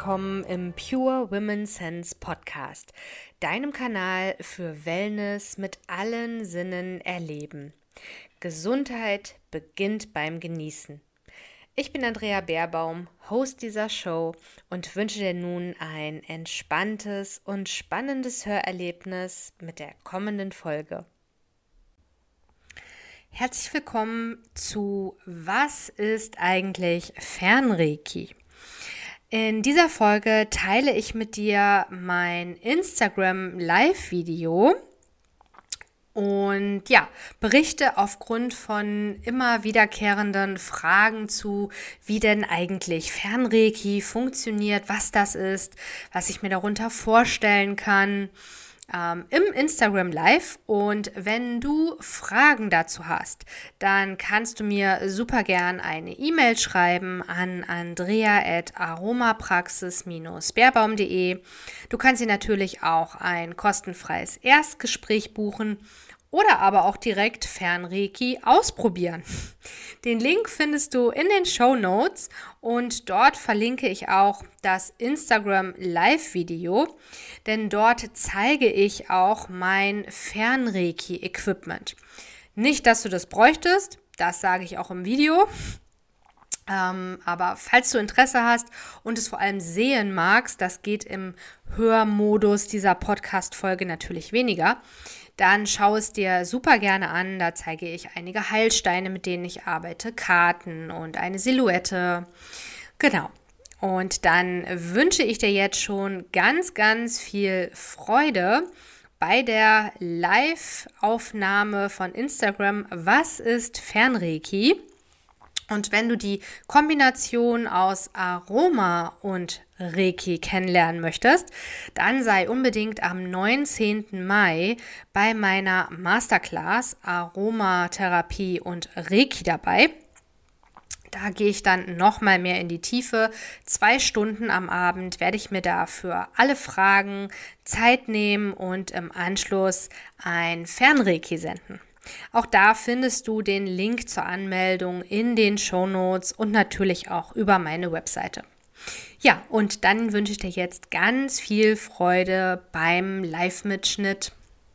willkommen im Pure Women Sense Podcast, deinem Kanal für Wellness mit allen Sinnen erleben. Gesundheit beginnt beim Genießen. Ich bin Andrea Beerbaum, Host dieser Show und wünsche dir nun ein entspanntes und spannendes Hörerlebnis mit der kommenden Folge. Herzlich willkommen zu Was ist eigentlich Fernreiki? In dieser Folge teile ich mit dir mein Instagram Live-Video und berichte aufgrund von immer wiederkehrenden Fragen zu, wie denn eigentlich Fernreiki funktioniert, was das ist, was ich mir darunter vorstellen kann, im Instagram Live. Und wenn du Fragen dazu hast, dann kannst du mir super gern eine E-Mail schreiben an andrea@aromapraxis-beerbaum.de. Du kannst dir natürlich auch ein kostenfreies Erstgespräch buchen oder aber auch direkt Fernreiki ausprobieren. Den Link findest du in den Shownotes und dort verlinke ich auch das Instagram Live-Video, denn dort zeige ich auch mein Fernreiki-Equipment. Nicht, dass du das bräuchtest, das sage ich auch im Video. Aber falls du Interesse hast und es vor allem sehen magst, das geht im Hörmodus dieser Podcast-Folge natürlich weniger, dann schau es dir super gerne an. Da zeige ich einige Heilsteine, mit denen ich arbeite, Karten und eine Silhouette. Genau. Und dann wünsche ich dir jetzt schon ganz, ganz viel Freude bei der Live-Aufnahme von Instagram Was ist Fernreiki? Und wenn du die Kombination aus Aroma und Reiki kennenlernen möchtest, dann sei unbedingt am 19. Mai bei meiner Masterclass Aromatherapie und Reiki dabei. Da gehe ich dann nochmal mehr in die Tiefe. 2 Stunden am Abend werde ich mir dafür alle Fragen Zeit nehmen und im Anschluss ein Fernreiki senden. Auch da findest du den Link zur Anmeldung in den Shownotes und natürlich auch über meine Webseite. Ja, und dann wünsche ich dir jetzt ganz viel Freude beim Live-Mitschnitt.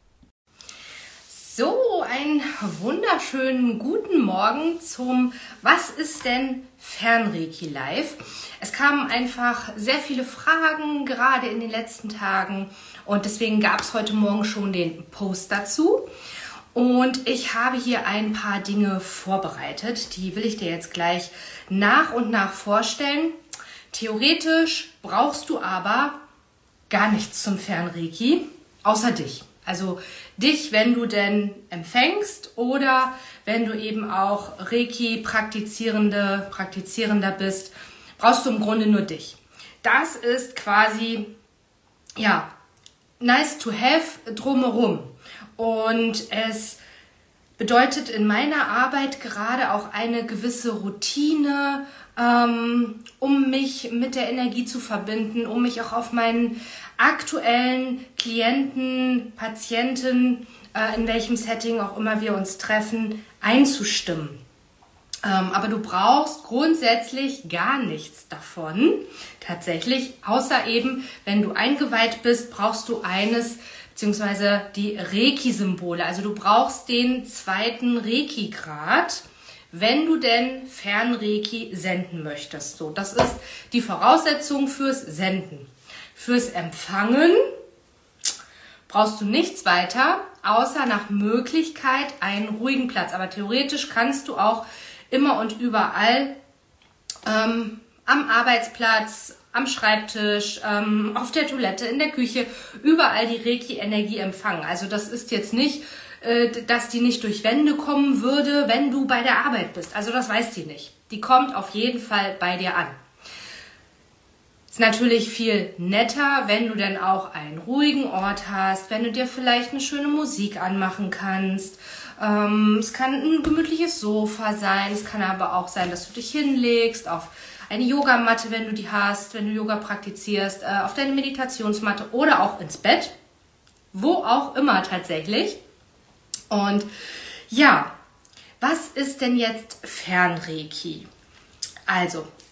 So, einen wunderschönen guten Morgen zum Was ist denn Fernreiki Live? Es kamen einfach sehr viele Fragen, gerade in den letzten Tagen, und deswegen gab es heute Morgen schon den Post dazu. Und ich habe hier ein paar Dinge vorbereitet, die will ich dir jetzt gleich nach und nach vorstellen. Theoretisch brauchst du aber gar nichts zum Fernreiki, außer dich. Also dich, wenn du denn empfängst oder wenn du eben auch Reiki Praktizierender bist, brauchst du im Grunde nur dich. Das ist quasi, nice to have drumherum. Und es bedeutet in meiner Arbeit gerade auch eine gewisse Routine, um mich mit der Energie zu verbinden, um mich auch auf meinen aktuellen Klienten, Patienten, in welchem Setting auch immer wir uns treffen, einzustimmen. Aber du brauchst grundsätzlich gar nichts davon, tatsächlich, außer eben, wenn du eingeweiht bist, brauchst du beziehungsweise die Reiki-Symbole. Also du brauchst den 2. Reiki-Grad, wenn du denn Fernreiki senden möchtest. So, das ist die Voraussetzung fürs Senden. Fürs Empfangen brauchst du nichts weiter, außer nach Möglichkeit einen ruhigen Platz. Aber theoretisch kannst du auch immer und überall am Arbeitsplatz, am Schreibtisch, auf der Toilette, in der Küche, überall die Reiki-Energie empfangen. Also das ist jetzt nicht, dass die nicht durch Wände kommen würde, wenn du bei der Arbeit bist. Also das weiß die nicht. Die kommt auf jeden Fall bei dir an. Ist natürlich viel netter, wenn du dann auch einen ruhigen Ort hast, wenn du dir vielleicht eine schöne Musik anmachen kannst. Es kann ein gemütliches Sofa sein, es kann aber auch sein, dass du dich hinlegst auf eine Yogamatte, wenn du die hast, wenn du Yoga praktizierst, auf deine Meditationsmatte oder auch ins Bett, wo auch immer tatsächlich. Und ja, was ist denn jetzt Fernreiki? Also,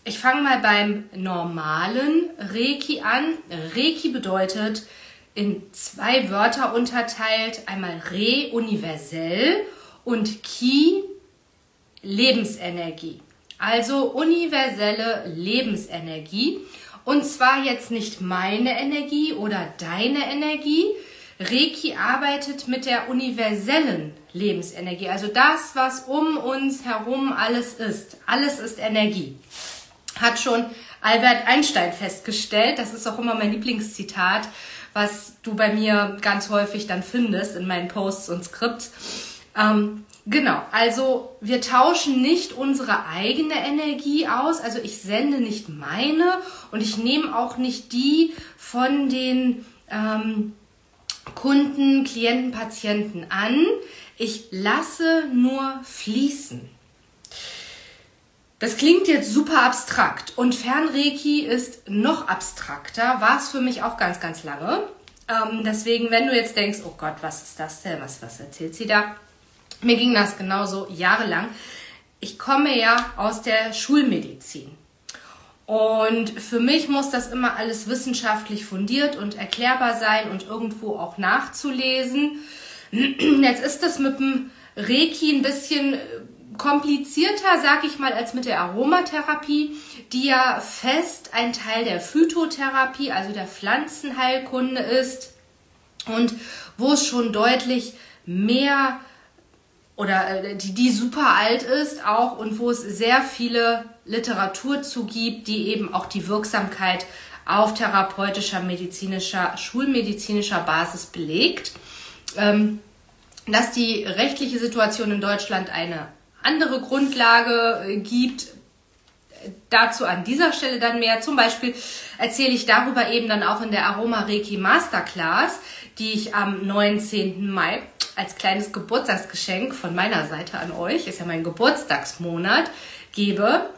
Ich fange mal beim normalen Reiki an. Reiki bedeutet in 2 Wörter unterteilt. Einmal Re, universell, und Ki, Lebensenergie. Also universelle Lebensenergie. Und zwar jetzt nicht meine Energie oder deine Energie. Reiki arbeitet mit der universellen Lebensenergie. Also das, was um uns herum alles ist. Alles ist Energie. Hat schon Albert Einstein festgestellt. Das ist auch immer mein Lieblingszitat, was du bei mir ganz häufig dann findest in meinen Posts und Skripts. Genau, also wir tauschen nicht unsere eigene Energie aus. Also ich sende nicht meine und ich nehme auch nicht die von den Kunden, Klienten, Patienten an. Ich lasse nur fließen. Das klingt jetzt super abstrakt und Fernreiki ist noch abstrakter, war es für mich auch ganz, ganz lange. Deswegen, wenn du jetzt denkst, oh Gott, was ist das denn, was erzählt sie da? Mir ging das genauso jahrelang. Ich komme ja aus der Schulmedizin und für mich muss das immer alles wissenschaftlich fundiert und erklärbar sein und irgendwo auch nachzulesen. Jetzt ist das mit dem Reiki ein bisschen komplizierter, sag ich mal, als mit der Aromatherapie, die ja fest ein Teil der Phytotherapie, also der Pflanzenheilkunde ist und wo es schon deutlich mehr oder die super alt ist auch und wo es sehr viele Literatur zugibt, die eben auch die Wirksamkeit auf therapeutischer, medizinischer, schulmedizinischer Basis belegt. Dass die rechtliche Situation in Deutschland eine andere Grundlage gibt, dazu an dieser Stelle dann mehr. Zum Beispiel erzähle ich darüber eben dann auch in der Aroma Reiki Masterclass, die ich am 19. Mai als kleines Geburtstagsgeschenk von meiner Seite an euch, ist ja mein Geburtstagsmonat, gebe.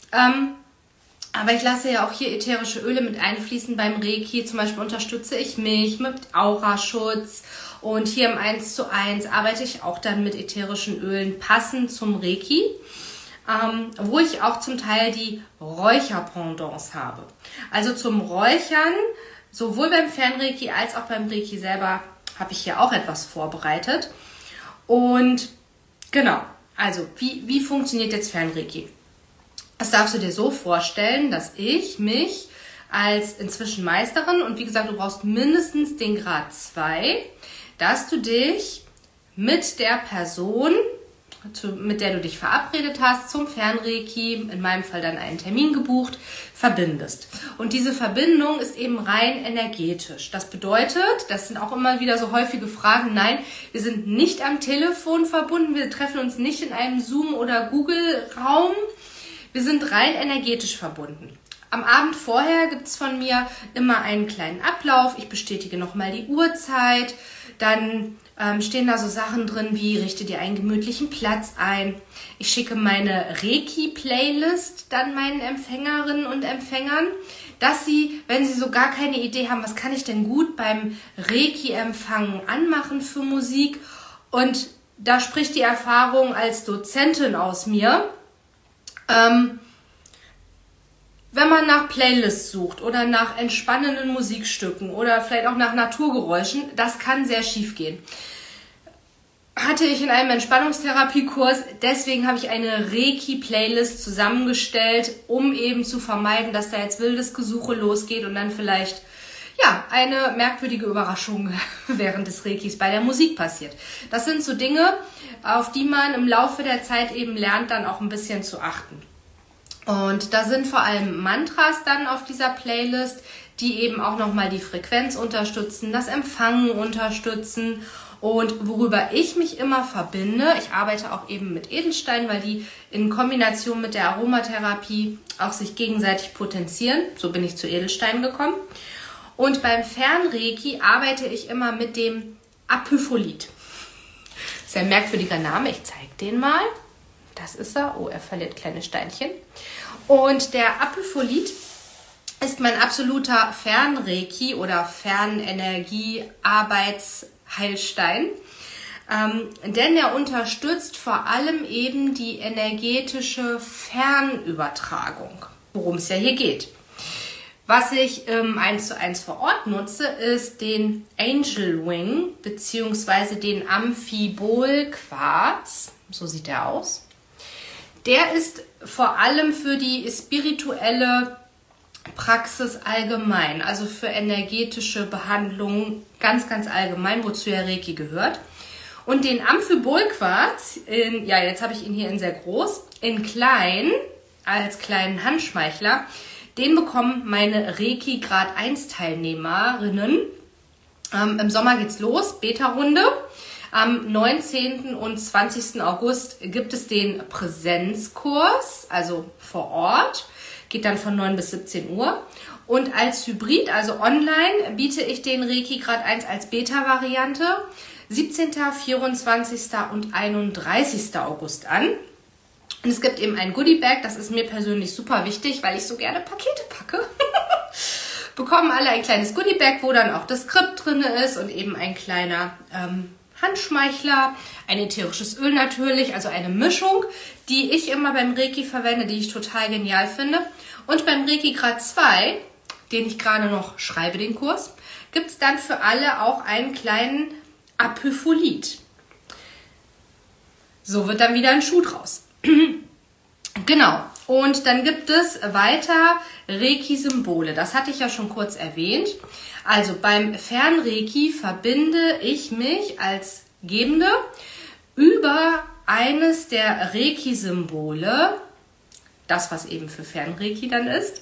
Aber ich lasse ja auch hier ätherische Öle mit einfließen beim Reiki. Zum Beispiel unterstütze ich mich mit Auraschutz. Und hier im 1:1 arbeite ich auch dann mit ätherischen Ölen passend zum Reiki, wo ich auch zum Teil die Räucherpendants habe. Also zum Räuchern, sowohl beim Fernreiki als auch beim Reiki selber, habe ich hier auch etwas vorbereitet. Und genau, also wie funktioniert jetzt Fernreiki? Das darfst du dir so vorstellen, dass ich mich als inzwischen Meisterin, und wie gesagt, du brauchst mindestens den Grad 2, dass du dich mit der Person, mit der du dich verabredet hast, zum Fernreiki, in meinem Fall dann einen Termin gebucht, verbindest. Und diese Verbindung ist eben rein energetisch. Das bedeutet, das sind auch immer wieder so häufige Fragen, nein, wir sind nicht am Telefon verbunden, wir treffen uns nicht in einem Zoom- oder Google-Raum, wir sind rein energetisch verbunden. Am Abend vorher gibt es von mir immer einen kleinen Ablauf. Ich bestätige nochmal die Uhrzeit. Dann stehen da so Sachen drin wie, richte dir einen gemütlichen Platz ein. Ich schicke meine Reiki-Playlist dann meinen Empfängerinnen und Empfängern, dass sie, wenn sie so gar keine Idee haben, was kann ich denn gut beim Reiki-Empfang anmachen für Musik. Und da spricht die Erfahrung als Dozentin aus mir. Wenn man nach Playlists sucht oder nach entspannenden Musikstücken oder vielleicht auch nach Naturgeräuschen, das kann sehr schief gehen. Hatte ich in einem Entspannungstherapiekurs, deswegen habe ich eine Reiki-Playlist zusammengestellt, um eben zu vermeiden, dass da jetzt wildes Gesuche losgeht und dann vielleicht eine merkwürdige Überraschung während des Reikis bei der Musik passiert. Das sind so Dinge, auf die man im Laufe der Zeit eben lernt, dann auch ein bisschen zu achten. Und da sind vor allem Mantras dann auf dieser Playlist, die eben auch nochmal die Frequenz unterstützen, das Empfangen unterstützen. Und worüber ich mich immer verbinde, ich arbeite auch eben mit Edelsteinen, weil die in Kombination mit der Aromatherapie auch sich gegenseitig potenzieren. So bin ich zu Edelsteinen gekommen. Und beim Fernreiki arbeite ich immer mit dem Apophylit. Das ist ein merkwürdiger Name, ich zeige den mal. Das ist er. Oh, er verliert kleine Steinchen. Und der Apophylit ist mein absoluter Fernreiki oder Fernenergie-Arbeitsheilstein. Denn er unterstützt vor allem eben die energetische Fernübertragung. worum es ja hier geht. Was ich 1:1 vor Ort nutze, ist den Angel Wing bzw. den Amphibol-Quarz. So sieht er aus. Der ist vor allem für die spirituelle Praxis allgemein, also für energetische Behandlungen ganz, ganz allgemein, wozu ja Reiki gehört. Und den Amphibol-Quarz, jetzt habe ich ihn hier in sehr groß, in klein, als kleinen Handschmeichler, den bekommen meine Reiki Grad 1 Teilnehmerinnen. Im Sommer geht's los, Beta-Runde. Am 19. und 20. August gibt es den Präsenzkurs, also vor Ort. Geht dann von 9 bis 17 Uhr. Und als Hybrid, also online, biete ich den Reiki Grad 1 als Beta-Variante 17., 24. und 31. August an. Und es gibt eben ein Goodie-Bag, das ist mir persönlich super wichtig, weil ich so gerne Pakete packe. Bekommen alle ein kleines Goodie-Bag, wo dann auch das Skript drin ist und eben ein kleiner Handschmeichler, ein ätherisches Öl natürlich, also eine Mischung, die ich immer beim Reiki verwende, die ich total genial finde. Und beim Reiki Grad 2, den ich gerade noch schreibe, den Kurs, gibt es dann für alle auch einen kleinen Apophylit. So wird dann wieder ein Schuh draus. Genau. Und dann gibt es weiter Reiki-Symbole. Das hatte ich ja schon kurz erwähnt. Also beim Fernreiki verbinde ich mich als Gebende über eines der Reiki-Symbole, das was eben für Fernreiki dann ist.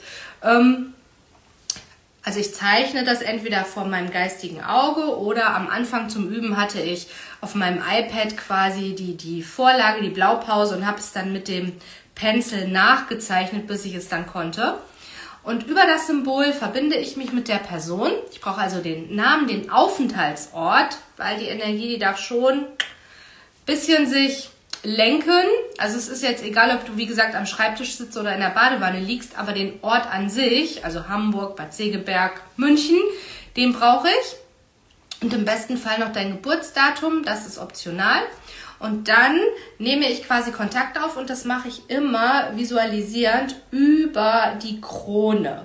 Also ich zeichne das entweder vor meinem geistigen Auge oder am Anfang zum Üben hatte ich auf meinem iPad quasi die Vorlage, die Blaupause und habe es dann mit dem Pencil nachgezeichnet, bis ich es dann konnte. Und über das Symbol verbinde ich mich mit der Person. Ich brauche also den Namen, den Aufenthaltsort, weil die Energie, die darf schon ein bisschen sich lenken. Also es ist jetzt egal, ob du, wie gesagt, am Schreibtisch sitzt oder in der Badewanne liegst, aber den Ort an sich, also Hamburg, Bad Segeberg, München, den brauche ich. Und im besten Fall noch dein Geburtsdatum, das ist optional. Und dann nehme ich quasi Kontakt auf und das mache ich immer visualisierend über die Krone.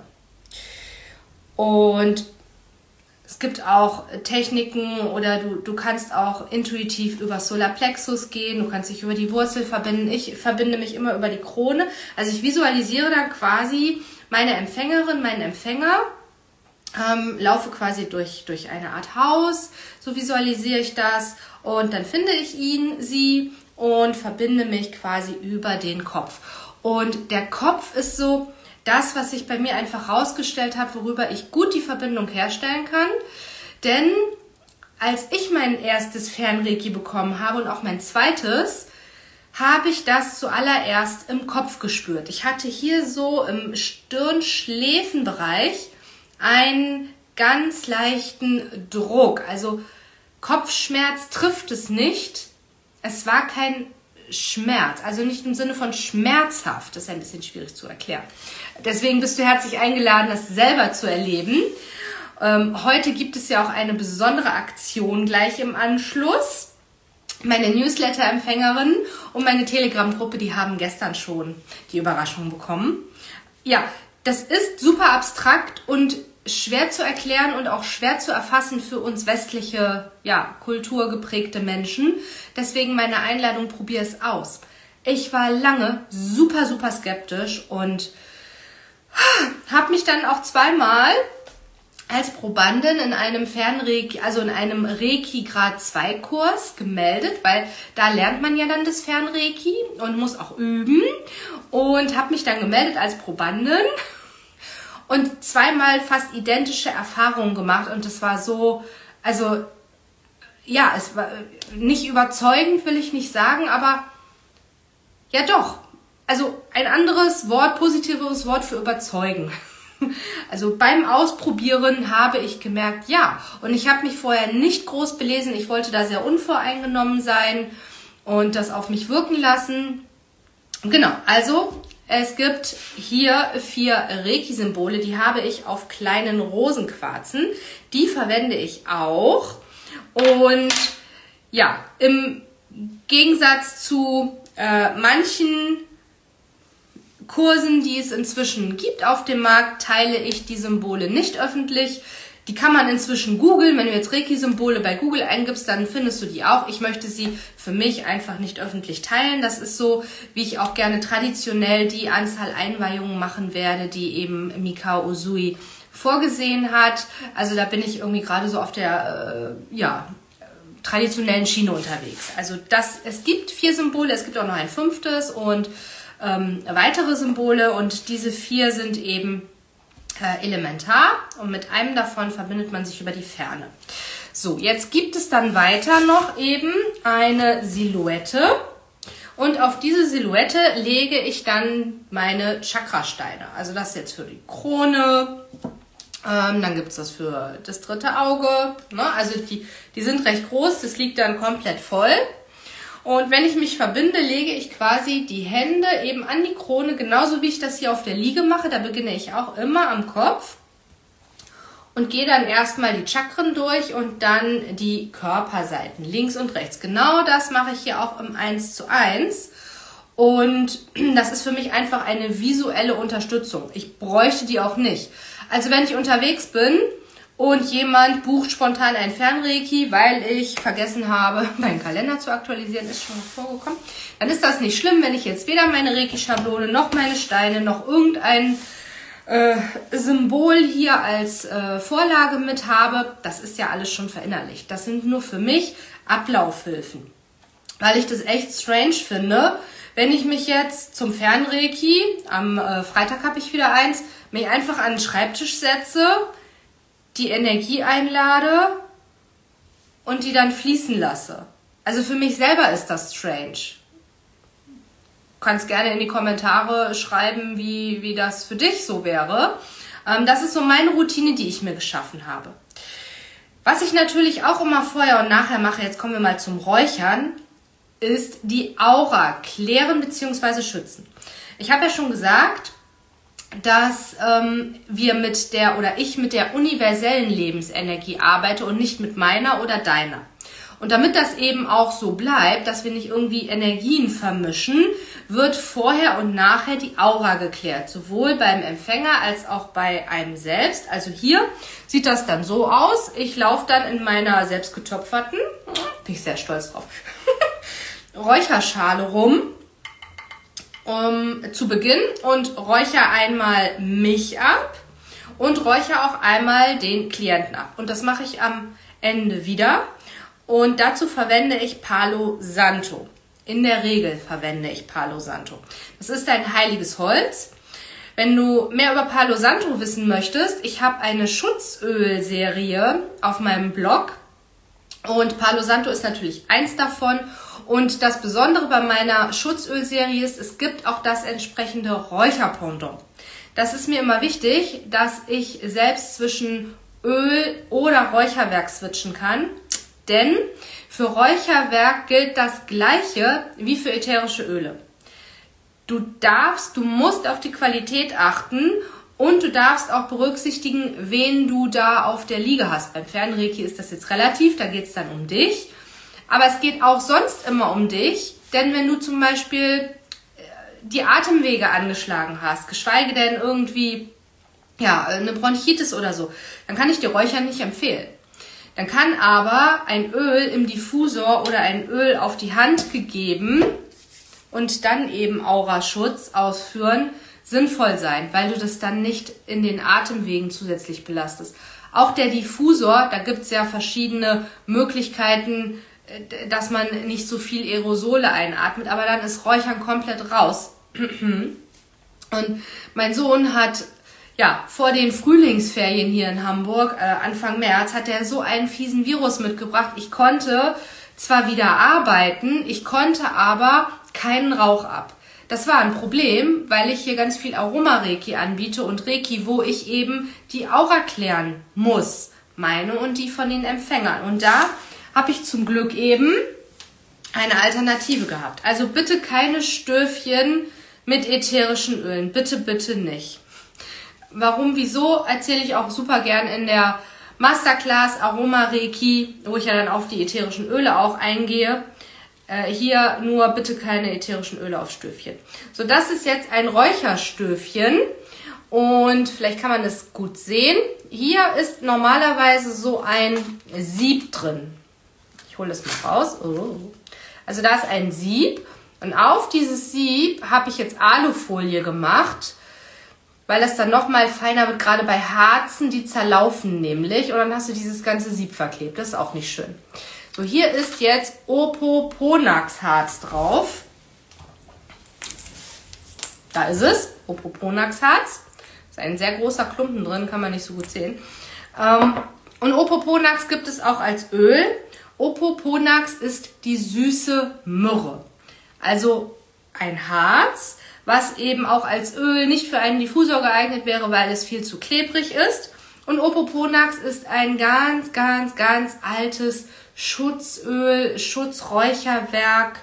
Und es gibt auch Techniken oder du kannst auch intuitiv über Solarplexus gehen, du kannst dich über die Wurzel verbinden. Ich verbinde mich immer über die Krone. Also ich visualisiere dann quasi meine Empfängerin, meinen Empfänger, laufe quasi durch eine Art Haus, so visualisiere ich das und dann finde ich sie und verbinde mich quasi über den Kopf. Und der Kopf ist so das, was sich bei mir einfach rausgestellt hat, worüber ich gut die Verbindung herstellen kann. Denn als ich mein erstes Fernreiki bekommen habe und auch mein zweites, habe ich das zuallererst im Kopf gespürt. Ich hatte hier so im Stirn-Schläfenbereich einen ganz leichten Druck. Also Kopfschmerz trifft es nicht. Es war kein Schmerz, also nicht im Sinne von schmerzhaft. Das ist ein bisschen schwierig zu erklären. Deswegen bist du herzlich eingeladen, das selber zu erleben. Heute gibt es ja auch eine besondere Aktion gleich im Anschluss. Meine Newsletter-Empfängerinnen und meine Telegram-Gruppe, die haben gestern schon die Überraschung bekommen. Ja, das ist super abstrakt und schwer zu erklären und auch schwer zu erfassen für uns westliche, kulturgeprägte Menschen. Deswegen meine Einladung, probier es aus. Ich war lange super, super skeptisch und habe mich dann auch zweimal als Probandin in einem Fernreiki, also in einem Reiki Grad 2 Kurs gemeldet, weil da lernt man ja dann das Fernreiki und muss auch üben und habe mich dann gemeldet als Probandin und zweimal fast identische Erfahrungen gemacht und das war so, also ja, es war nicht überzeugend, will ich nicht sagen, aber ja doch, also ein anderes Wort, positiveres Wort für überzeugen. Also beim Ausprobieren habe ich gemerkt, ja, und ich habe mich vorher nicht groß belesen, ich wollte da sehr unvoreingenommen sein und das auf mich wirken lassen. Genau, also es gibt hier 4 Reiki-Symbole, die habe ich auf kleinen Rosenquarzen. Die verwende ich auch. Und ja, im Gegensatz zu manchen Kursen, die es inzwischen gibt auf dem Markt, teile ich die Symbole nicht öffentlich. Die kann man inzwischen googeln. Wenn du jetzt Reiki-Symbole bei Google eingibst, dann findest du die auch. Ich möchte sie für mich einfach nicht öffentlich teilen. Das ist so, wie ich auch gerne traditionell die Anzahl Einweihungen machen werde, die eben Mikao Usui vorgesehen hat. Also da bin ich irgendwie gerade so auf der traditionellen Schiene unterwegs. Also es gibt 4 Symbole, es gibt auch noch ein 5. und weitere Symbole, und diese 4 sind eben elementar, und mit einem davon verbindet man sich über die Ferne. So, jetzt gibt es dann weiter noch eben eine Silhouette, und auf diese Silhouette lege ich dann meine Chakrasteine. Also das jetzt für die Krone, dann gibt es das für das 3. Auge, ne? Also die sind recht groß, das liegt dann komplett voll. Und wenn ich mich verbinde, lege ich quasi die Hände eben an die Krone, genauso wie ich das hier auf der Liege mache. Da beginne ich auch immer am Kopf und gehe dann erstmal die Chakren durch und dann die Körperseiten, links und rechts. Genau das mache ich hier auch im 1:1. Und das ist für mich einfach eine visuelle Unterstützung. Ich bräuchte die auch nicht. Also wenn ich unterwegs bin und jemand bucht spontan ein Fernreiki, weil ich vergessen habe, meinen Kalender zu aktualisieren, ist schon vorgekommen, dann ist das nicht schlimm, wenn ich jetzt weder meine Reiki-Schablone, noch meine Steine, noch irgendein Symbol hier als Vorlage mit habe. Das ist ja alles schon verinnerlicht. Das sind nur für mich Ablaufhilfen. Weil ich das echt strange finde, wenn ich mich jetzt zum Fernreiki, am Freitag habe ich wieder eins, mich einfach an den Schreibtisch setze, die Energie einlade und die dann fließen lasse. Also für mich selber ist das strange. Du kannst gerne in die Kommentare schreiben, wie das für dich so wäre. Das ist so meine Routine, die ich mir geschaffen habe. Was ich natürlich auch immer vorher und nachher mache, jetzt kommen wir mal zum Räuchern, ist die Aura klären bzw. schützen. Ich habe ja schon gesagt, dass ich mit der universellen Lebensenergie arbeite und nicht mit meiner oder deiner. Und damit das eben auch so bleibt, dass wir nicht irgendwie Energien vermischen, wird vorher und nachher die Aura geklärt. Sowohl beim Empfänger als auch bei einem selbst. Also hier sieht das dann so aus. Ich laufe dann in meiner selbstgetöpferten, bin ich sehr stolz drauf, Räucherschale rum zu Beginn und räuchere einmal mich ab und räuchere auch einmal den Klienten ab. Und das mache ich am Ende wieder. Und dazu verwende ich Palo Santo. In der Regel verwende ich Palo Santo. Das ist ein heiliges Holz. Wenn du mehr über Palo Santo wissen möchtest, ich habe eine Schutzölserie auf meinem Blog. Und Palo Santo ist natürlich eins davon. Und das Besondere bei meiner Schutzölserie ist, es gibt auch das entsprechende Räucherpendant. Das ist mir immer wichtig, dass ich selbst zwischen Öl oder Räucherwerk switchen kann. Denn für Räucherwerk gilt das Gleiche wie für ätherische Öle. Du musst auf die Qualität achten und du darfst auch berücksichtigen, wen du da auf der Liege hast. Beim Fernreiki ist das jetzt relativ, da geht es dann um dich. Aber es geht auch sonst immer um dich, denn wenn du zum Beispiel die Atemwege angeschlagen hast, geschweige denn irgendwie eine Bronchitis oder so, dann kann ich dir Räuchern nicht empfehlen. Dann kann aber ein Öl im Diffusor oder ein Öl auf die Hand gegeben und dann eben Auraschutz ausführen sinnvoll sein, weil du das dann nicht in den Atemwegen zusätzlich belastest. Auch der Diffusor, da gibt es ja verschiedene Möglichkeiten, dass man nicht so viel Aerosole einatmet, aber dann ist Räuchern komplett raus. Und mein Sohn hat vor den Frühlingsferien hier in Hamburg, Anfang März, hat er so einen fiesen Virus mitgebracht. Ich konnte zwar wieder arbeiten, ich konnte aber keinen Rauch ab. Das war ein Problem, weil ich hier ganz viel Aroma-Reiki anbiete und Reiki, wo ich eben die Aura klären muss. Meine und die von den Empfängern. Und da habe ich zum Glück eben eine Alternative gehabt. Also bitte keine Stöfchen mit ätherischen Ölen. Bitte, bitte nicht. Warum, wieso, erzähle ich auch super gern in der Masterclass Aroma Reiki, wo ich ja dann auf die ätherischen Öle auch eingehe. Hier nur bitte keine ätherischen Öle auf Stöfchen. So, das ist jetzt ein Räucherstöfchen und vielleicht kann man das gut sehen. Hier ist normalerweise so ein Sieb drin. Ich hole das mal raus. Oh. Also da ist ein Sieb und auf dieses Sieb habe ich jetzt Alufolie gemacht, weil das dann nochmal feiner wird, gerade bei Harzen, die zerlaufen nämlich. Und dann hast du dieses ganze Sieb verklebt. Das ist auch nicht schön. So, hier ist jetzt Opoponax-Harz drauf. Da ist es, Opoponax-Harz. Ist ein sehr großer Klumpen drin, kann man nicht so gut sehen. Und Opoponax gibt es auch als Öl. Opoponax ist die süße Myrrhe. Also ein Harz, was eben auch als Öl nicht für einen Diffusor geeignet wäre, weil es viel zu klebrig ist. Und Opoponax ist ein ganz, ganz, ganz altes Schutzöl, Schutzräucherwerk,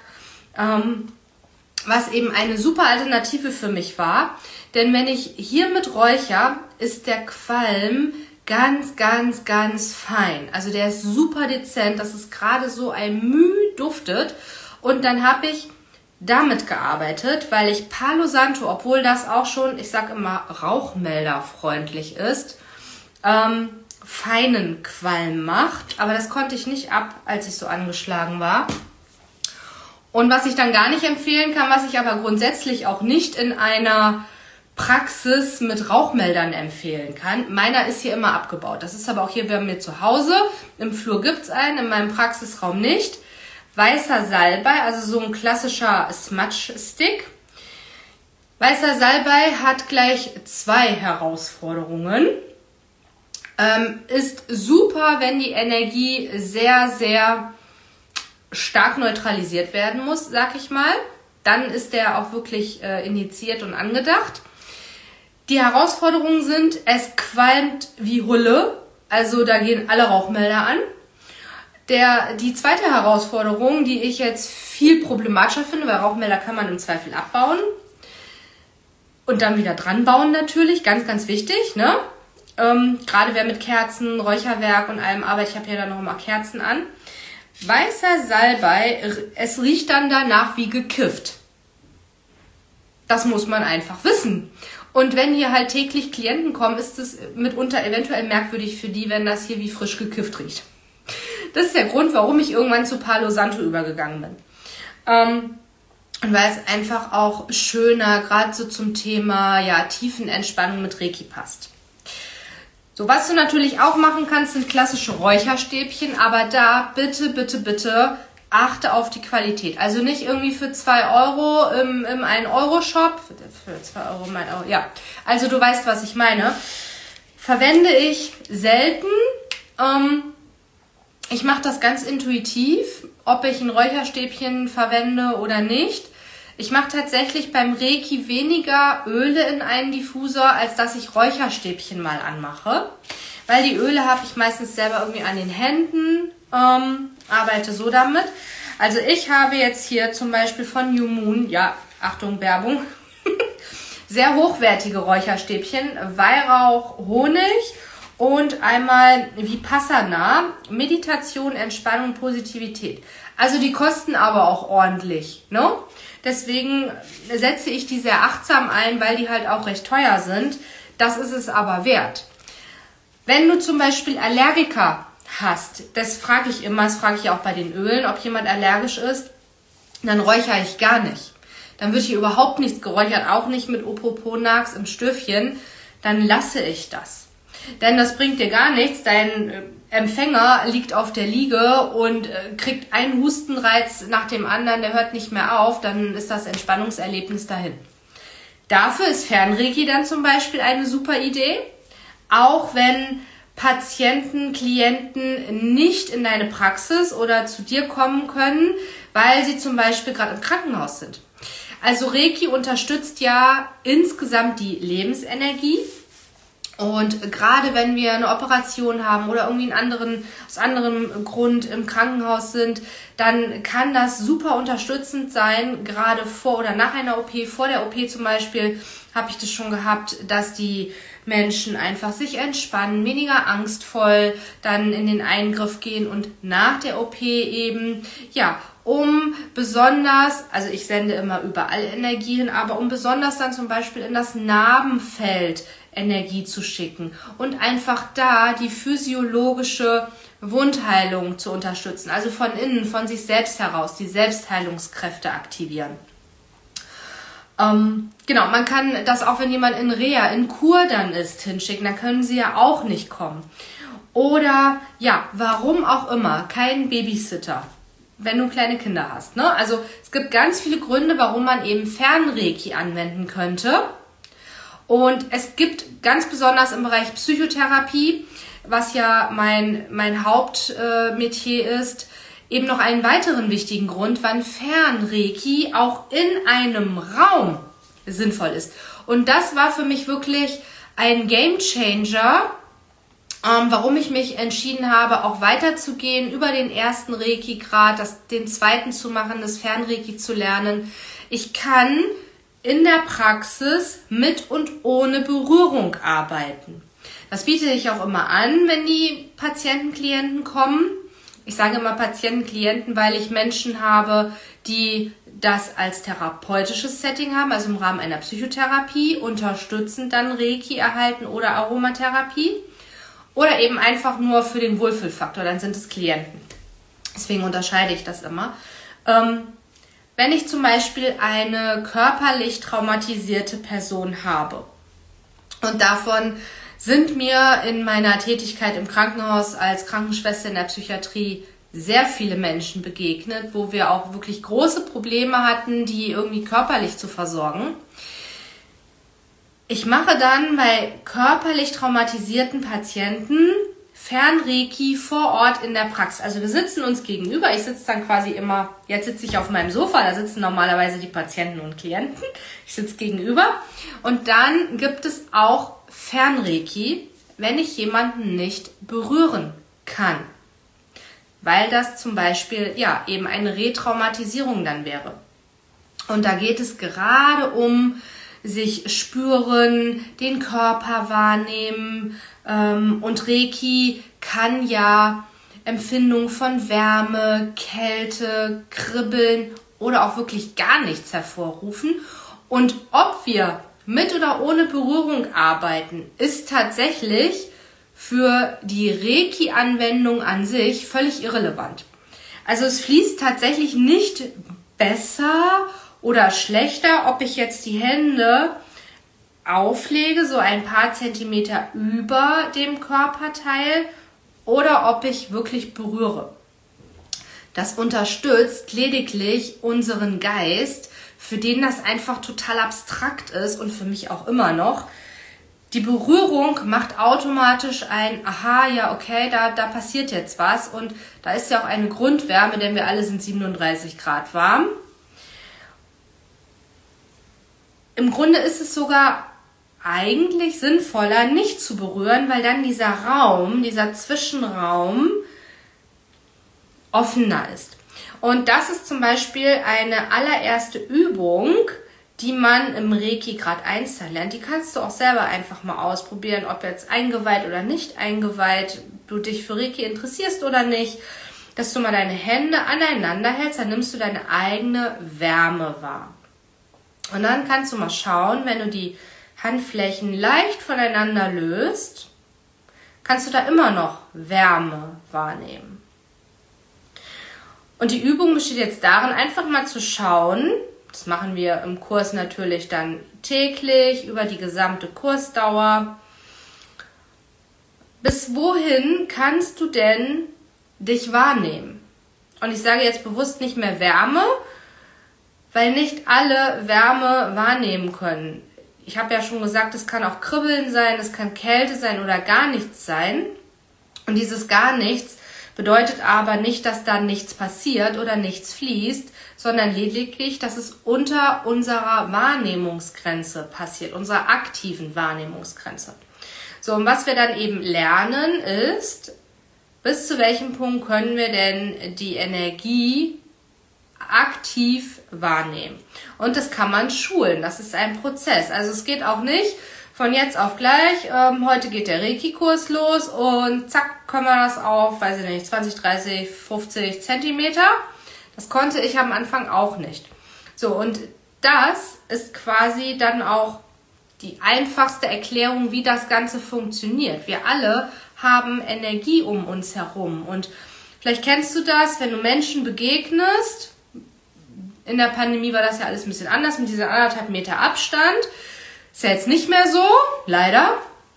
was eben eine super Alternative für mich war. Denn wenn ich hiermit räucher, ist der Qualm ganz, ganz, ganz fein. Also der ist super dezent, dass es gerade so ein Müh duftet. Und dann habe ich damit gearbeitet, weil ich Palo Santo, obwohl das auch schon, ich sag immer, rauchmelderfreundlich ist, feinen Qualm macht. Aber das konnte ich nicht ab, als ich so angeschlagen war. Und was ich dann gar nicht empfehlen kann, was ich aber grundsätzlich auch nicht in einer Praxis mit Rauchmeldern empfehlen kann. Meiner ist hier immer abgebaut. Das ist aber auch hier bei mir zu Hause. Im Flur gibt es einen, in meinem Praxisraum nicht. Weißer Salbei, also so ein klassischer Smudge-Stick. Weißer Salbei hat gleich zwei Herausforderungen. Ist super, wenn die Energie sehr, sehr stark neutralisiert werden muss, sag ich mal. Dann ist der auch wirklich injiziert und angedacht. Die Herausforderungen sind, es qualmt wie Hulle, also da gehen alle Rauchmelder an. Die zweite Herausforderung, die ich jetzt viel problematischer finde, weil Rauchmelder kann man im Zweifel abbauen und dann wieder dran bauen natürlich, ganz, ganz wichtig, ne? Gerade wer mit Kerzen, Räucherwerk und allem arbeitet, ich habe ja dann noch immer Kerzen an. Weißer Salbei, es riecht dann danach wie gekifft. Das muss man einfach wissen. Und wenn hier halt täglich Klienten kommen, ist es mitunter eventuell merkwürdig für die, wenn das hier wie frisch gekifft riecht. Das ist der Grund, warum ich irgendwann zu Palo Santo übergegangen bin. Und weil es einfach auch schöner, gerade so zum Thema Tiefenentspannung mit Reiki passt. So, was du natürlich auch machen kannst, sind klassische Räucherstäbchen, aber da bitte, bitte, bitte achte auf die Qualität. Also nicht irgendwie für 2 Euro im 1-Euro-Shop. Für 2 Euro, ja. Also du weißt, was ich meine. Verwende ich selten. Ich mache das ganz intuitiv, ob ich ein Räucherstäbchen verwende oder nicht. Ich mache tatsächlich beim Reiki weniger Öle in einen Diffusor, als dass ich Räucherstäbchen mal anmache. Weil die Öle habe ich meistens selber irgendwie an den Händen, arbeite so damit. Also ich habe jetzt hier zum Beispiel von New Moon, ja, Achtung, Werbung, sehr hochwertige Räucherstäbchen, Weihrauch, Honig und einmal Vipassana, Meditation, Entspannung, Positivität. Also die kosten aber auch ordentlich, ne? Deswegen setze ich die sehr achtsam ein, weil die halt auch recht teuer sind. Das ist es aber wert. Wenn du zum Beispiel Allergiker hast, das frage ich immer, das frage ich auch bei den Ölen, ob jemand allergisch ist, dann räuchere ich gar nicht. Dann wird hier überhaupt nichts geräuchert, auch nicht mit Opoponax im Stöfchen, dann lasse ich das. Denn das bringt dir gar nichts, dein Empfänger liegt auf der Liege und kriegt einen Hustenreiz nach dem anderen, der hört nicht mehr auf, dann ist das Entspannungserlebnis dahin. Dafür ist Fernreiki dann zum Beispiel eine super Idee, auch wenn Patienten, Klienten nicht in deine Praxis oder zu dir kommen können, weil sie zum Beispiel gerade im Krankenhaus sind. Also Reiki unterstützt ja insgesamt die Lebensenergie. Und gerade wenn wir eine Operation haben oder irgendwie aus anderem Grund im Krankenhaus sind, dann kann das super unterstützend sein, gerade vor oder nach einer OP. Vor der OP zum Beispiel habe ich das schon gehabt, dass die Menschen einfach sich entspannen, weniger angstvoll dann in den Eingriff gehen und nach der OP eben, ja, um besonders, also ich sende immer überall Energie hin, aber um besonders dann zum Beispiel in das Narbenfeld Energie zu schicken und einfach da die physiologische Wundheilung zu unterstützen, also von innen, von sich selbst heraus, die Selbstheilungskräfte aktivieren. Genau, man kann das auch, wenn jemand in Reha, in Kur dann ist, hinschicken, dann können sie ja auch nicht kommen. Oder, ja, warum auch immer, kein Babysitter, wenn du kleine Kinder hast, ne? Also es gibt ganz viele Gründe, warum man eben Fernreiki anwenden könnte. Und es gibt ganz besonders im Bereich Psychotherapie, was ja mein Hauptmetier ist, eben noch einen weiteren wichtigen Grund, wann Fernreiki auch in einem Raum sinnvoll ist. Und das war für mich wirklich ein Gamechanger, warum ich mich entschieden habe, auch weiterzugehen, über den ersten Reiki-Grad, den zweiten zu machen, das Fernreiki zu lernen. Ich kann in der Praxis mit und ohne Berührung arbeiten. Das biete ich auch immer an, wenn die Patienten, Klienten kommen. Ich sage immer Patienten, Klienten, weil ich Menschen habe, die das als therapeutisches Setting haben, also im Rahmen einer Psychotherapie, unterstützend dann Reiki erhalten oder Aromatherapie. Oder eben einfach nur für den Wohlfühlfaktor, dann sind es Klienten. Deswegen unterscheide ich das immer. Wenn ich zum Beispiel eine körperlich traumatisierte Person habe und davon sind mir in meiner Tätigkeit im Krankenhaus als Krankenschwester in der Psychiatrie sehr viele Menschen begegnet, wo wir auch wirklich große Probleme hatten, die irgendwie körperlich zu versorgen. Ich mache dann bei körperlich traumatisierten Patienten Fernreiki vor Ort in der Praxis. Also wir sitzen uns gegenüber. Ich sitze dann quasi immer, jetzt sitze ich auf meinem Sofa, da sitzen normalerweise die Patienten und Klienten. Ich sitze gegenüber. Und dann gibt es auch Fernreiki, wenn ich jemanden nicht berühren kann. Weil das zum Beispiel ja eben eine Retraumatisierung dann wäre. Und da geht es gerade um sich spüren, den Körper wahrnehmen, und Reiki kann ja Empfindungen von Wärme, Kälte, Kribbeln oder auch wirklich gar nichts hervorrufen. Und ob wir mit oder ohne Berührung arbeiten, ist tatsächlich für die Reiki-Anwendung an sich völlig irrelevant. Also es fließt tatsächlich nicht besser oder schlechter, ob ich jetzt die Hände auflege, so ein paar Zentimeter über dem Körperteil, oder ob ich wirklich berühre. Das unterstützt lediglich unseren Geist, für den das einfach total abstrakt ist und für mich auch immer noch. Die Berührung macht automatisch ein Aha, ja okay, da passiert jetzt was, und da ist ja auch eine Grundwärme, denn wir alle sind 37 Grad warm. Im Grunde ist es sogar eigentlich sinnvoller, nicht zu berühren, weil dann dieser Raum, dieser Zwischenraum offener ist. Und das ist zum Beispiel eine allererste Übung, die man im Reiki Grad 1 lernt. Die kannst du auch selber einfach mal ausprobieren, ob jetzt eingeweiht oder nicht eingeweiht, du dich für Reiki interessierst oder nicht, dass du mal deine Hände aneinander hältst, dann nimmst du deine eigene Wärme wahr. Und dann kannst du mal schauen, wenn du die Handflächen leicht voneinander löst, kannst du da immer noch Wärme wahrnehmen. Und die Übung besteht jetzt darin, einfach mal zu schauen, das machen wir im Kurs natürlich dann täglich, über die gesamte Kursdauer, bis wohin kannst du denn dich wahrnehmen? Und ich sage jetzt bewusst nicht mehr Wärme, weil nicht alle Wärme wahrnehmen können. Ich habe ja schon gesagt, es kann auch Kribbeln sein, es kann Kälte sein oder gar nichts sein. Und dieses gar nichts bedeutet aber nicht, dass da nichts passiert oder nichts fließt, sondern lediglich, dass es unter unserer Wahrnehmungsgrenze passiert, unserer aktiven Wahrnehmungsgrenze. So, und was wir dann eben lernen ist, bis zu welchem Punkt können wir denn die Energie aktiv wahrnehmen. Und das kann man schulen, das ist ein Prozess. Also es geht auch nicht von jetzt auf gleich, heute geht der Reiki-Kurs los und zack, können wir das auf, weiß ich nicht, 20, 30, 50 Zentimeter. Das konnte ich am Anfang auch nicht. So, und das ist quasi dann auch die einfachste Erklärung, wie das Ganze funktioniert. Wir alle haben Energie um uns herum. Und vielleicht kennst du das, wenn du Menschen begegnest. In der Pandemie war das ja alles ein bisschen anders mit diesen 1,5 Meter Abstand. Ist ja jetzt nicht mehr so, leider.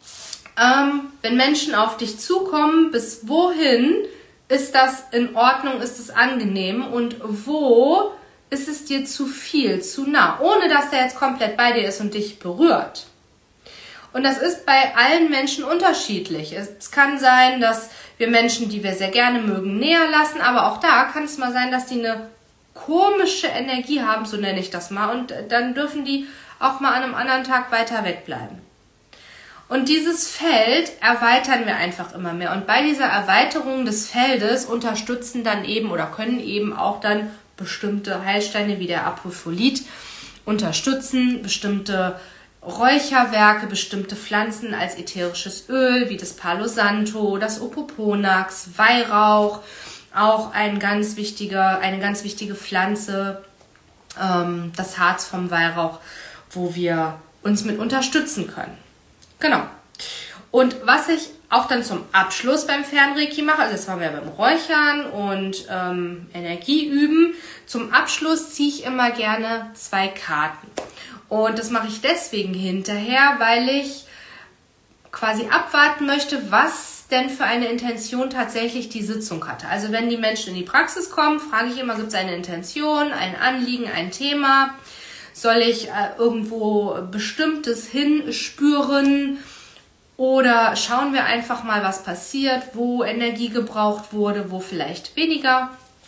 Wenn Menschen auf dich zukommen, bis wohin ist das in Ordnung, ist es angenehm und wo ist es dir zu viel, zu nah, ohne dass der jetzt komplett bei dir ist und dich berührt. Und das ist bei allen Menschen unterschiedlich. Es kann sein, dass wir Menschen, die wir sehr gerne mögen, näher lassen, aber auch da kann es mal sein, dass die eine komische Energie haben, so nenne ich das mal, und dann dürfen die auch mal an einem anderen Tag weiter wegbleiben. Und dieses Feld erweitern wir einfach immer mehr. Und bei dieser Erweiterung des Feldes unterstützen dann eben oder können eben auch dann bestimmte Heilsteine wie der Apophylit unterstützen, bestimmte Räucherwerke, bestimmte Pflanzen als ätherisches Öl wie das Palo Santo, das Opoponax, Weihrauch, auch eine ganz wichtige Pflanze, das Harz vom Weihrauch, wo wir uns mit unterstützen können. Genau. Und was ich auch dann zum Abschluss beim Fernreiki mache, also jetzt waren wir beim Räuchern und Energie üben, zum Abschluss ziehe ich immer gerne 2 Karten. Und das mache ich deswegen hinterher, weil ich quasi abwarten möchte, was denn für eine Intention tatsächlich die Sitzung hatte. Also wenn die Menschen in die Praxis kommen, frage ich immer, gibt es eine Intention, ein Anliegen, ein Thema? Soll ich irgendwo Bestimmtes hinspüren? Oder schauen wir einfach mal, was passiert, wo Energie gebraucht wurde, wo vielleicht weniger.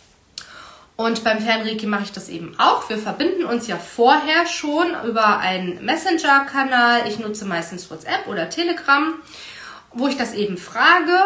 Und beim Fernreiki mache ich das eben auch. Wir verbinden uns ja vorher schon über einen Messenger-Kanal. Ich nutze meistens WhatsApp oder Telegram, wo ich das eben frage.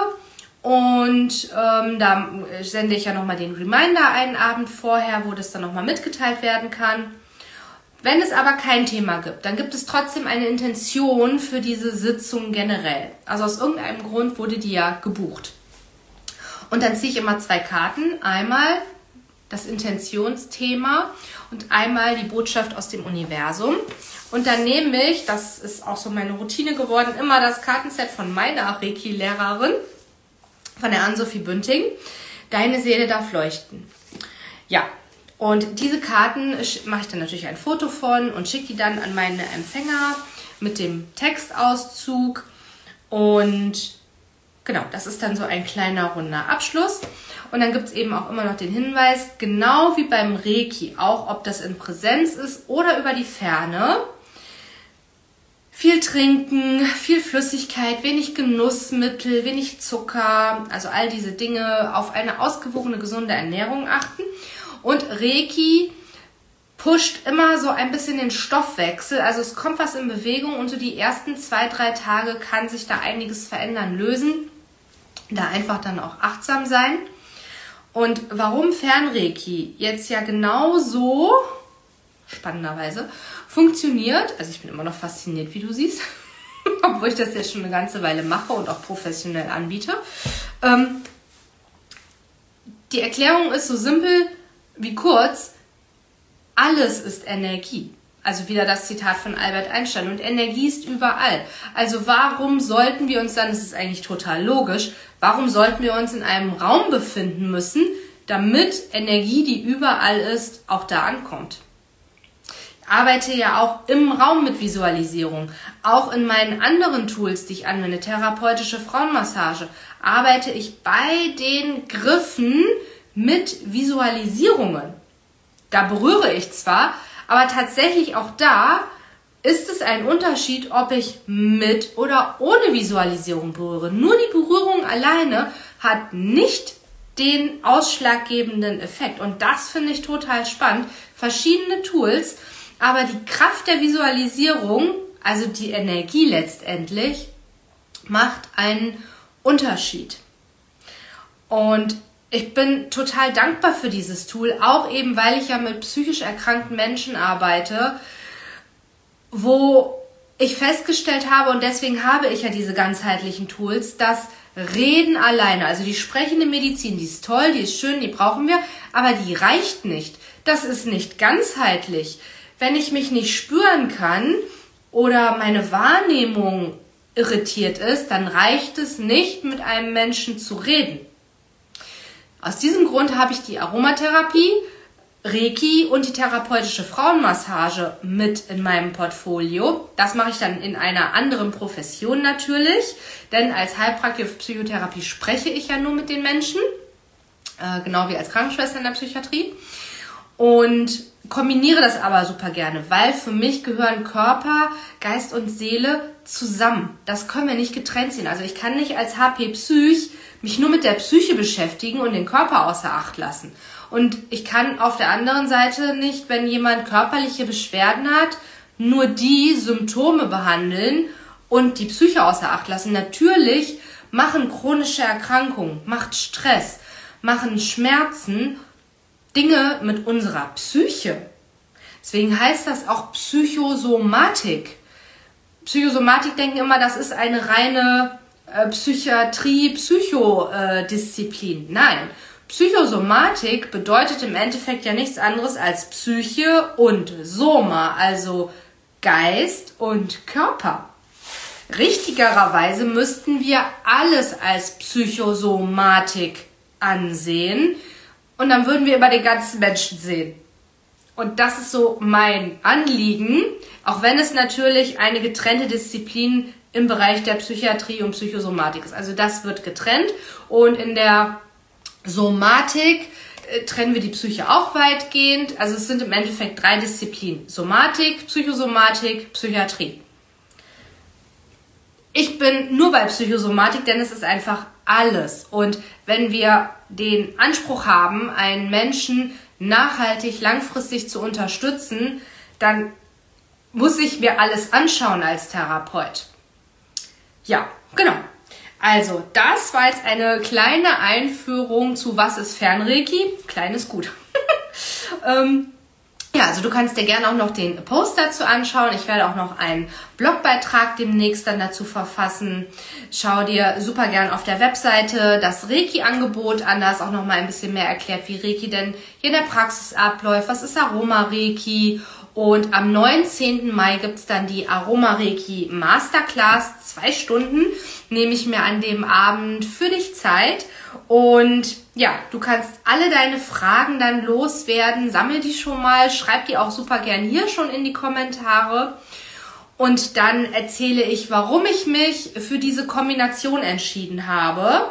Und da sende ich ja nochmal den Reminder einen Abend vorher, wo das dann nochmal mitgeteilt werden kann. Wenn es aber kein Thema gibt, dann gibt es trotzdem eine Intention für diese Sitzung generell. Also aus irgendeinem Grund wurde die ja gebucht. Und dann ziehe ich immer 2 Karten. Einmal das Intentionsthema und einmal die Botschaft aus dem Universum. Und dann nehme ich, das ist auch so meine Routine geworden, immer das Kartenset von meiner Reiki-Lehrerin, von der Ann-Sophie Bünding. Deine Seele darf leuchten. Ja. Und diese Karten mache ich dann natürlich ein Foto von und schicke die dann an meine Empfänger mit dem Textauszug. Und genau, das ist dann so ein kleiner runder Abschluss. Und dann gibt es eben auch immer noch den Hinweis, genau wie beim Reiki, auch ob das in Präsenz ist oder über die Ferne. Viel trinken, viel Flüssigkeit, wenig Genussmittel, wenig Zucker, also all diese Dinge, auf eine ausgewogene, gesunde Ernährung achten. Und Reiki pusht immer so ein bisschen den Stoffwechsel, also es kommt was in Bewegung und so die ersten 2-3 Tage kann sich da einiges verändern, lösen. Da einfach dann auch achtsam sein. Und warum Fernreiki jetzt ja genauso, spannenderweise, funktioniert, also ich bin immer noch fasziniert, wie du siehst, obwohl ich das jetzt schon eine ganze Weile mache und auch professionell anbiete. Die Erklärung ist so simpel wie kurz, alles ist Energie. Also wieder das Zitat von Albert Einstein. Und Energie ist überall. Also warum sollten wir uns dann, das ist eigentlich total logisch, warum sollten wir uns in einem Raum befinden müssen, damit Energie, die überall ist, auch da ankommt? Ich arbeite ja auch im Raum mit Visualisierung. Auch in meinen anderen Tools, die ich anwende, therapeutische Frauenmassage, arbeite ich bei den Griffen mit Visualisierungen. Da berühre ich zwar, aber tatsächlich auch da ist es ein Unterschied, ob ich mit oder ohne Visualisierung berühre. Nur die Berührung alleine hat nicht den ausschlaggebenden Effekt. Und das finde ich total spannend. Verschiedene Tools, aber die Kraft der Visualisierung, also die Energie letztendlich, macht einen Unterschied. Und ich bin total dankbar für dieses Tool, auch eben, weil ich ja mit psychisch erkrankten Menschen arbeite, wo ich festgestellt habe, und deswegen habe ich ja diese ganzheitlichen Tools, dass Reden alleine, also die sprechende Medizin, die ist toll, die ist schön, die brauchen wir, aber die reicht nicht. Das ist nicht ganzheitlich. Wenn ich mich nicht spüren kann oder meine Wahrnehmung irritiert ist, dann reicht es nicht, mit einem Menschen zu reden. Aus diesem Grund habe ich die Aromatherapie, Reiki und die therapeutische Frauenmassage mit in meinem Portfolio. Das mache ich dann in einer anderen Profession natürlich, denn als Heilpraktikerin für Psychotherapie spreche ich ja nur mit den Menschen, genau wie als Krankenschwester in der Psychiatrie, und kombiniere das aber super gerne, weil für mich gehören Körper, Geist und Seele zusammen. Das können wir nicht getrennt sehen. Also ich kann nicht als HP Psych mich nur mit der Psyche beschäftigen und den Körper außer Acht lassen. Und ich kann auf der anderen Seite nicht, wenn jemand körperliche Beschwerden hat, nur die Symptome behandeln und die Psyche außer Acht lassen. Natürlich machen chronische Erkrankungen, macht Stress, machen Schmerzen Dinge mit unserer Psyche. Deswegen heißt das auch Psychosomatik. Psychosomatik denken immer, das ist eine reine Psychiatrie, Psychodisziplin. Nein, Psychosomatik bedeutet im Endeffekt ja nichts anderes als Psyche und Soma, also Geist und Körper. Richtigerweise müssten wir alles als Psychosomatik ansehen und dann würden wir über den ganzen Menschen sehen. Und das ist so mein Anliegen, auch wenn es natürlich eine getrennte Disziplin im Bereich der Psychiatrie und Psychosomatik ist. Also das wird getrennt und in der Somatik trennen wir die Psyche auch weitgehend. Also es sind im Endeffekt 3 Disziplinen. Somatik, Psychosomatik, Psychiatrie. Ich bin nur bei Psychosomatik, denn es ist einfach alles. Und wenn wir den Anspruch haben, einen Menschen nachhaltig, langfristig zu unterstützen, dann muss ich mir alles anschauen als Therapeut. Ja, genau. Also, das war jetzt eine kleine Einführung zu was ist Fernreiki. Klein ist gut. Ja, also du kannst dir gerne auch noch den Post dazu anschauen. Ich werde auch noch einen Blogbeitrag demnächst dann dazu verfassen. Schau dir super gern auf der Webseite das Reiki-Angebot an. Da ist auch noch mal ein bisschen mehr erklärt, wie Reiki denn hier in der Praxis abläuft. Was ist Aroma-Reiki? Und am 19. Mai gibt's dann die Aroma-Reiki Masterclass. 2 Stunden nehme ich mir an dem Abend für dich Zeit. Und ja, du kannst alle deine Fragen dann loswerden. Sammel die schon mal, schreib die auch super gern hier schon in die Kommentare. Und dann erzähle ich, warum ich mich für diese Kombination entschieden habe.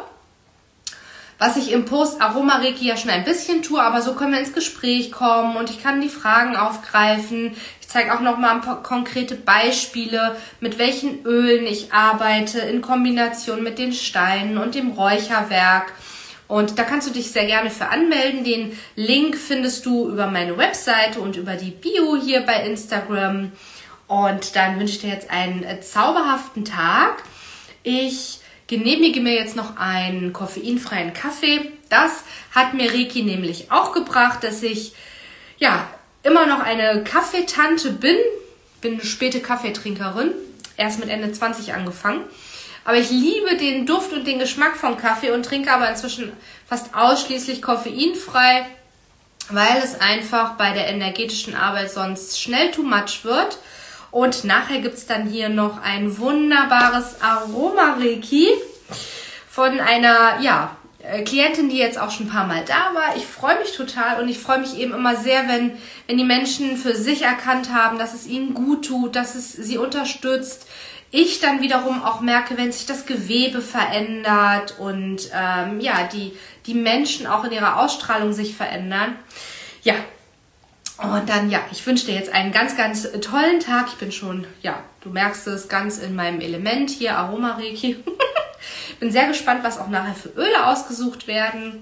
Was ich im Post Aroma-Reiki ja schon ein bisschen tue, aber so können wir ins Gespräch kommen und ich kann die Fragen aufgreifen. Ich zeige auch noch mal ein paar konkrete Beispiele, mit welchen Ölen ich arbeite, in Kombination mit den Steinen und dem Räucherwerk. Und da kannst du dich sehr gerne für anmelden. Den Link findest du über meine Webseite und über die Bio hier bei Instagram. Und dann wünsche ich dir jetzt einen zauberhaften Tag. Ich genehmige mir jetzt noch einen koffeinfreien Kaffee. Das hat mir Reiki nämlich auch gebracht, dass ich ja immer noch eine Kaffeetante bin. Bin eine späte Kaffeetrinkerin. Erst mit Ende 20 angefangen. Aber ich liebe den Duft und den Geschmack vom Kaffee und trinke aber inzwischen fast ausschließlich koffeinfrei, weil es einfach bei der energetischen Arbeit sonst schnell too much wird. Und nachher gibt's dann hier noch ein wunderbares Aroma-Reiki von einer Klientin, die jetzt auch schon ein paar Mal da war. Ich freue mich total und ich freue mich eben immer sehr, wenn die Menschen für sich erkannt haben, dass es ihnen gut tut, dass es sie unterstützt. Ich dann wiederum auch merke, wenn sich das Gewebe verändert und die Menschen auch in ihrer Ausstrahlung sich verändern. Ja. Und dann, ich wünsche dir jetzt einen ganz, ganz tollen Tag. Ich bin schon, du merkst es, ganz in meinem Element hier, Aroma-Reiki. Bin sehr gespannt, was auch nachher für Öle ausgesucht werden.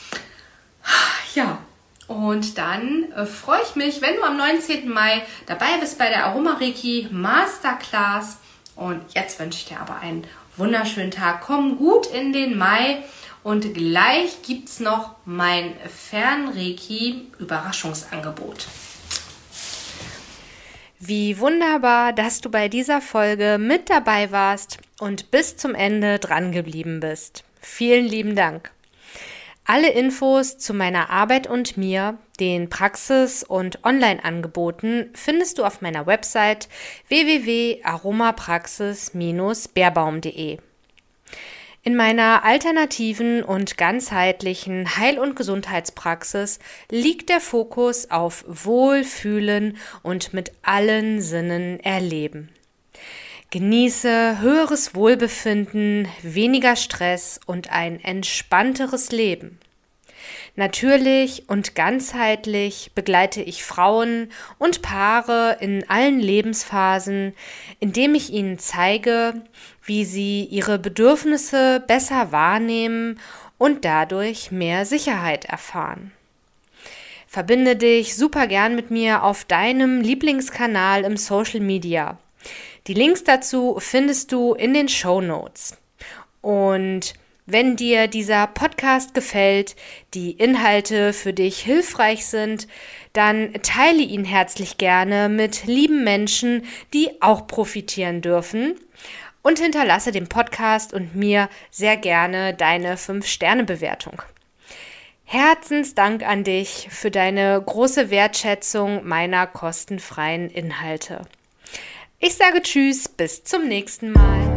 Ja, und dann freue ich mich, wenn du am 19. Mai dabei bist bei der Aroma-Reiki Masterclass. Und jetzt wünsche ich dir aber einen wunderschönen Tag. Komm gut in den Mai. Und gleich gibt's noch mein Fernreiki-Überraschungsangebot. Wie wunderbar, dass du bei dieser Folge mit dabei warst und bis zum Ende dran geblieben bist. Vielen lieben Dank. Alle Infos zu meiner Arbeit und mir, den Praxis- und Online-Angeboten findest du auf meiner Website www.aromapraxis-beerbaum.de. In meiner alternativen und ganzheitlichen Heil- und Gesundheitspraxis liegt der Fokus auf Wohlfühlen und mit allen Sinnen erleben. Genieße höheres Wohlbefinden, weniger Stress und ein entspannteres Leben. Natürlich und ganzheitlich begleite ich Frauen und Paare in allen Lebensphasen, indem ich ihnen zeige, wie sie ihre Bedürfnisse besser wahrnehmen und dadurch mehr Sicherheit erfahren. Verbinde dich super gern mit mir auf deinem Lieblingskanal im Social Media. Die Links dazu findest du in den Shownotes. Und wenn dir dieser Podcast gefällt, die Inhalte für dich hilfreich sind, dann teile ihn herzlich gerne mit lieben Menschen, die auch profitieren dürfen, und hinterlasse dem Podcast und mir sehr gerne deine 5-Sterne-Bewertung. Herzensdank an dich für deine große Wertschätzung meiner kostenfreien Inhalte. Ich sage Tschüss, bis zum nächsten Mal.